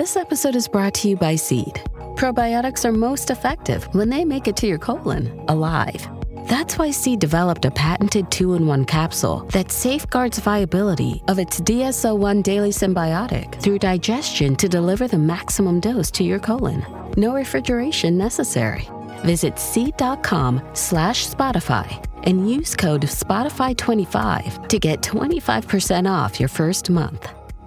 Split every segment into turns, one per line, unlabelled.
This episode is brought to you by Seed. Probiotics are most effective when they make it to your colon alive. That's why Seed developed a patented 2-in-1 capsule that safeguards viability of its DSO1 daily symbiotic through digestion to deliver the maximum dose to your colon. No refrigeration necessary. Visit seed.com/Spotify and use code Spotify25 to get 25% off your first month.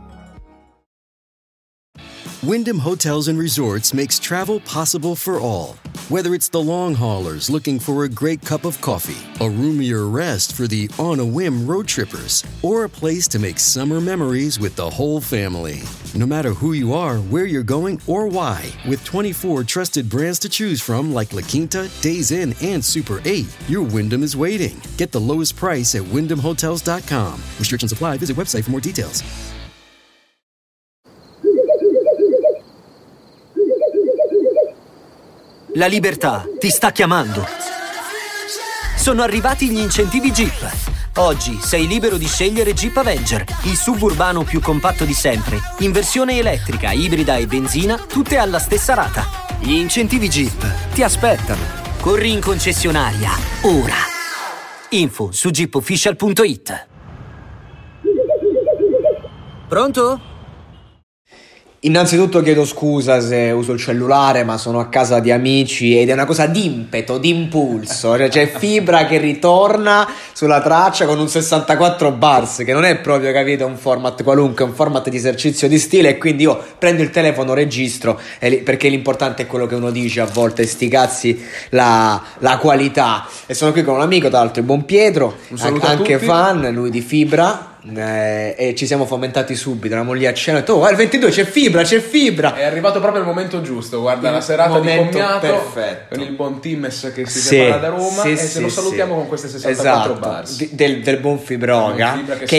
Wyndham Hotels and Resorts makes travel possible for all. Whether it's the long haulers looking for a great cup of coffee, a roomier rest for the on-a-whim road trippers, or a place to make summer memories with the whole family. No matter who you are, where you're going, or why, with 24 trusted brands to choose from like La Quinta, Days Inn, and Super 8, your Wyndham is waiting. Get the lowest price at wyndhamhotels.com. Restrictions apply. Visit website for more details.
La libertà ti sta chiamando. Sono arrivati gli incentivi Jeep. Oggi sei libero di scegliere Jeep Avenger, il suburbano più compatto di sempre, in versione elettrica, ibrida e benzina, tutte alla stessa rata. Gli incentivi Jeep ti aspettano. Corri in concessionaria, ora. Info su jeepofficial.it. Pronto?
Innanzitutto chiedo scusa se uso il cellulare, ma sono a casa di amici ed è una cosa d'impeto, d'impulso. Cioè, c'è Fibra che ritorna sulla traccia con un 64 bars, che non è proprio, capito, un format qualunque, è un format di esercizio di stile, e quindi io prendo il telefono, registro, perché l'importante è quello che uno dice, a volte sti cazzi la qualità. E sono qui con un amico, tra l'altro il buon Pietro, anche fan, lui di Fibra. E ci siamo fomentati subito, eravamo lì a cena e ho detto, oh, il 22 c'è Fibra. È
arrivato proprio il momento giusto, guarda, la serata di commiato perfetto, con il buon Timmes che si separa da Roma, e se lo salutiamo con queste 64 bars
del buon Fibroga, che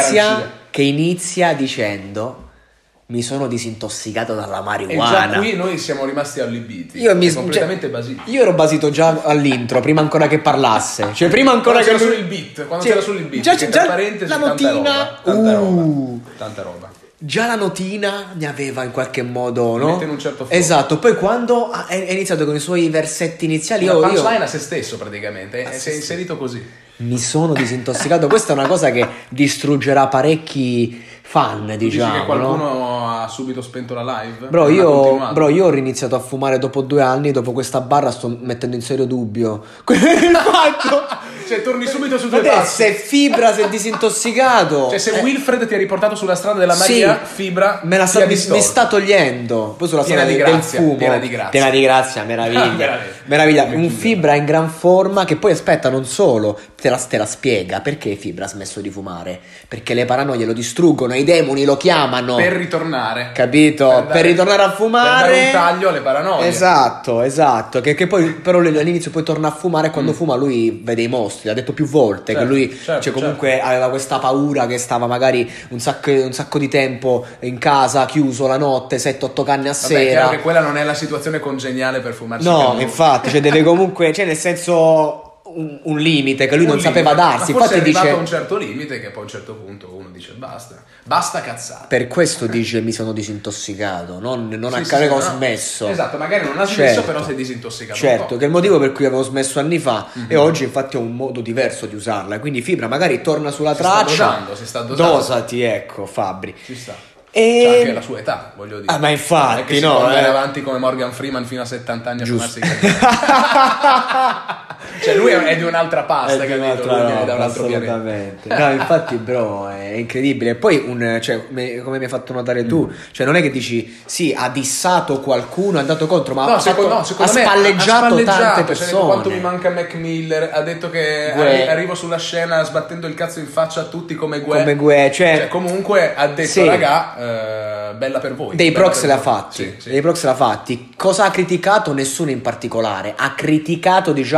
inizia dicendo: mi sono disintossicato dalla marijuana.
E già qui noi siamo rimasti allibiti. Completamente basiti.
Io ero basito già all'intro, prima ancora che parlasse. Cioè, prima ancora
quando
che
c'era solo il beat. Già parentesi,
la notina.
Tanta roba.
Già la notina mi aveva in qualche modo, no?
Mette in un certo flow.
Esatto. Poi quando è iniziato con i suoi versetti iniziali,
la punchline a se stesso praticamente. Si è inserito così.
Mi sono disintossicato. Questa è una cosa che distruggerà parecchi fan, diciamo.
Dici che qualcuno ha subito spento la live?
Bro, io ho riniziato a fumare dopo 2 anni. Dopo questa barra sto mettendo in serio dubbio il fatto.
Cioè, torni subito su due passi.
Se Fibra si è disintossicato,
cioè, se Wilfred ti ha riportato sulla strada della Maria, sì, Fibra
mi sta togliendo. Poi sulla strada del fumo, piena di grazia, meraviglia. Un Fibra in gran forma, che poi, aspetta, non solo te la spiega perché Fibra ha smesso di fumare, perché le paranoie lo distruggono, i demoni lo chiamano
per ritornare,
capito? Per ritornare a fumare,
per dare un taglio alle paranoie.
Esatto, che poi però all'inizio poi torna a fumare, e quando fuma lui vede i mostri. L'ha detto più volte, che lui comunque aveva questa paura, che stava magari un sacco di tempo in casa, chiuso la notte, 7-8 canne a sera.
È chiaro che quella non è la situazione congeniale per fumarsi.
No, infatti, cioè deve comunque, cioè nel senso un limite che lui non sapeva darsi.
Ma forse
infatti
è arrivato a un certo limite che poi a un certo punto uno dice basta cazzate.
Per questo dice mi sono disintossicato, non a che ho smesso.
Esatto, magari non ha smesso, però si è disintossicato.
Certo, che è il motivo per cui avevo smesso anni fa, e oggi infatti ho un modo diverso di usarla. Quindi Fibra magari torna sulla traccia.
Si sta dosando.
Dosati, ecco, Fabri.
Ci sta. C'è anche la sua età, voglio dire.
Ma infatti,
non è che si può andare avanti come Morgan Freeman fino a 70 anni a fumarsi. Cioè lui è di un'altra pasta, capito? Lui viene da un altro pianeta.
No, infatti, bro, è incredibile. Poi come mi hai fatto notare tu, cioè non è che dici sì, ha dissato qualcuno, è andato contro, ma ha spalleggiato tante persone.
Cioè, quanto mi manca Mac Miller, ha detto che arrivo sulla scena sbattendo il cazzo in faccia a tutti come Gue. Cioè, comunque ha detto, raga, bella per voi.
Dei prox l'ha fatti. Dei prox l'ha fatti. Cosa ha criticato? Nessuno in particolare. Ha criticato, diciamo,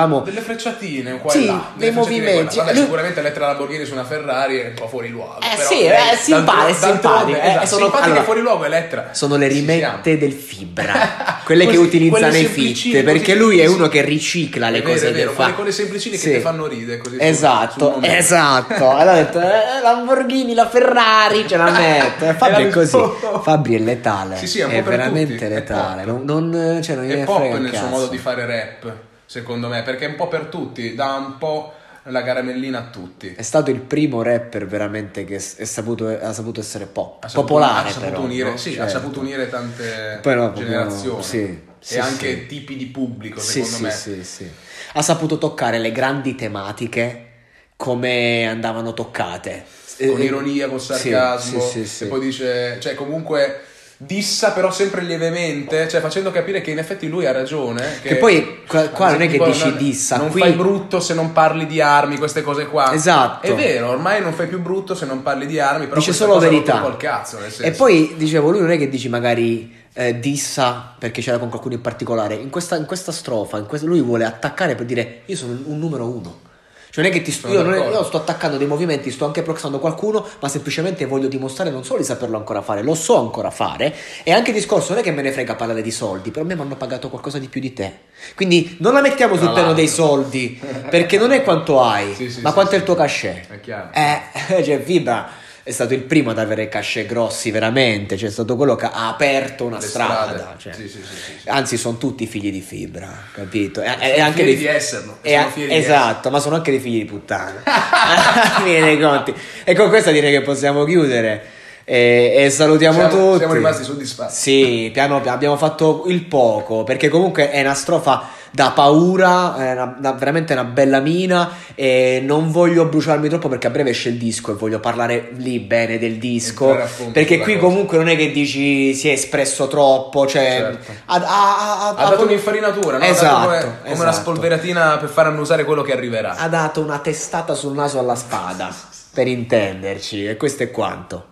frecciatine qua
sì,
e là,
dei movimenti.
Vabbè, sicuramente mettere la Lamborghini su una Ferrari è un po' fuori luogo. Però,
sì, è simpatico.
Simpatiche fuori luogo Elettra.
Sono le rimette del Fibra, quelle che utilizzano i fit, perché lui è uno che ricicla le cose che fa.
Quelle semplicine che ti fanno ridere così.
Esatto. Allora ha detto Lamborghini, la Ferrari ce la mette. Fabri è così. Fabri è letale.
Sì, è
veramente letale. Non
è pop nel suo modo di fare rap, secondo me, perché è un po' per tutti, dà un po' la caramellina a tutti.
È stato il primo rapper veramente che ha saputo essere popolare,
ha saputo unire tante generazioni e anche tipi di pubblico, secondo me.
Sì. Ha saputo toccare le grandi tematiche come andavano toccate,
con ironia, con sarcasmo, e poi dice, cioè comunque dissa però sempre lievemente, cioè facendo capire che in effetti lui ha ragione,
che poi qua non è che dici dissa,
non fai brutto se non parli di armi, queste cose qua.
Esatto,
è vero, ormai non fai più brutto se non parli di armi, però
dice solo verità
col cazzo, nel senso.
E poi dicevo, lui non è che dici magari dissa perché c'era con qualcuno in particolare, in questa strofa, lui vuole attaccare per dire io sono un numero uno. Cioè non è che io sto attaccando dei movimenti, sto anche proxando qualcuno, ma semplicemente voglio dimostrare non solo di saperlo ancora fare, lo so ancora fare. E anche il discorso non è che me ne frega parlare di soldi, però a me mi hanno pagato qualcosa di più di te. Quindi non la mettiamo sul piano dei soldi, perché non è quanto hai, ma quanto è il tuo cachet.
È chiaro.
Cioè Fibra è stato il primo ad avere cachet grossi veramente, cioè è stato quello che ha aperto una strada. Cioè. Sì. Anzi, sono tutti figli di Fibra, capito? E anche
di esserlo.
Esatto, ma sono anche dei figli di puttana. Fine dei conti. E con questo direi che possiamo chiudere. E salutiamo tutti.
Siamo rimasti soddisfatti.
Sì, piano piano abbiamo fatto il poco, perché comunque è una strofa da paura, veramente una bella mina, e non voglio bruciarmi troppo perché a breve esce il disco e voglio parlare lì bene del disco, perché qui comunque non è che dici si è espresso troppo, cioè ha
dato un'infarinatura, no?
Esatto,
come una spolveratina per far annusare quello che arriverà.
Ha dato una testata sul naso alla spada, per intenderci, e questo è quanto.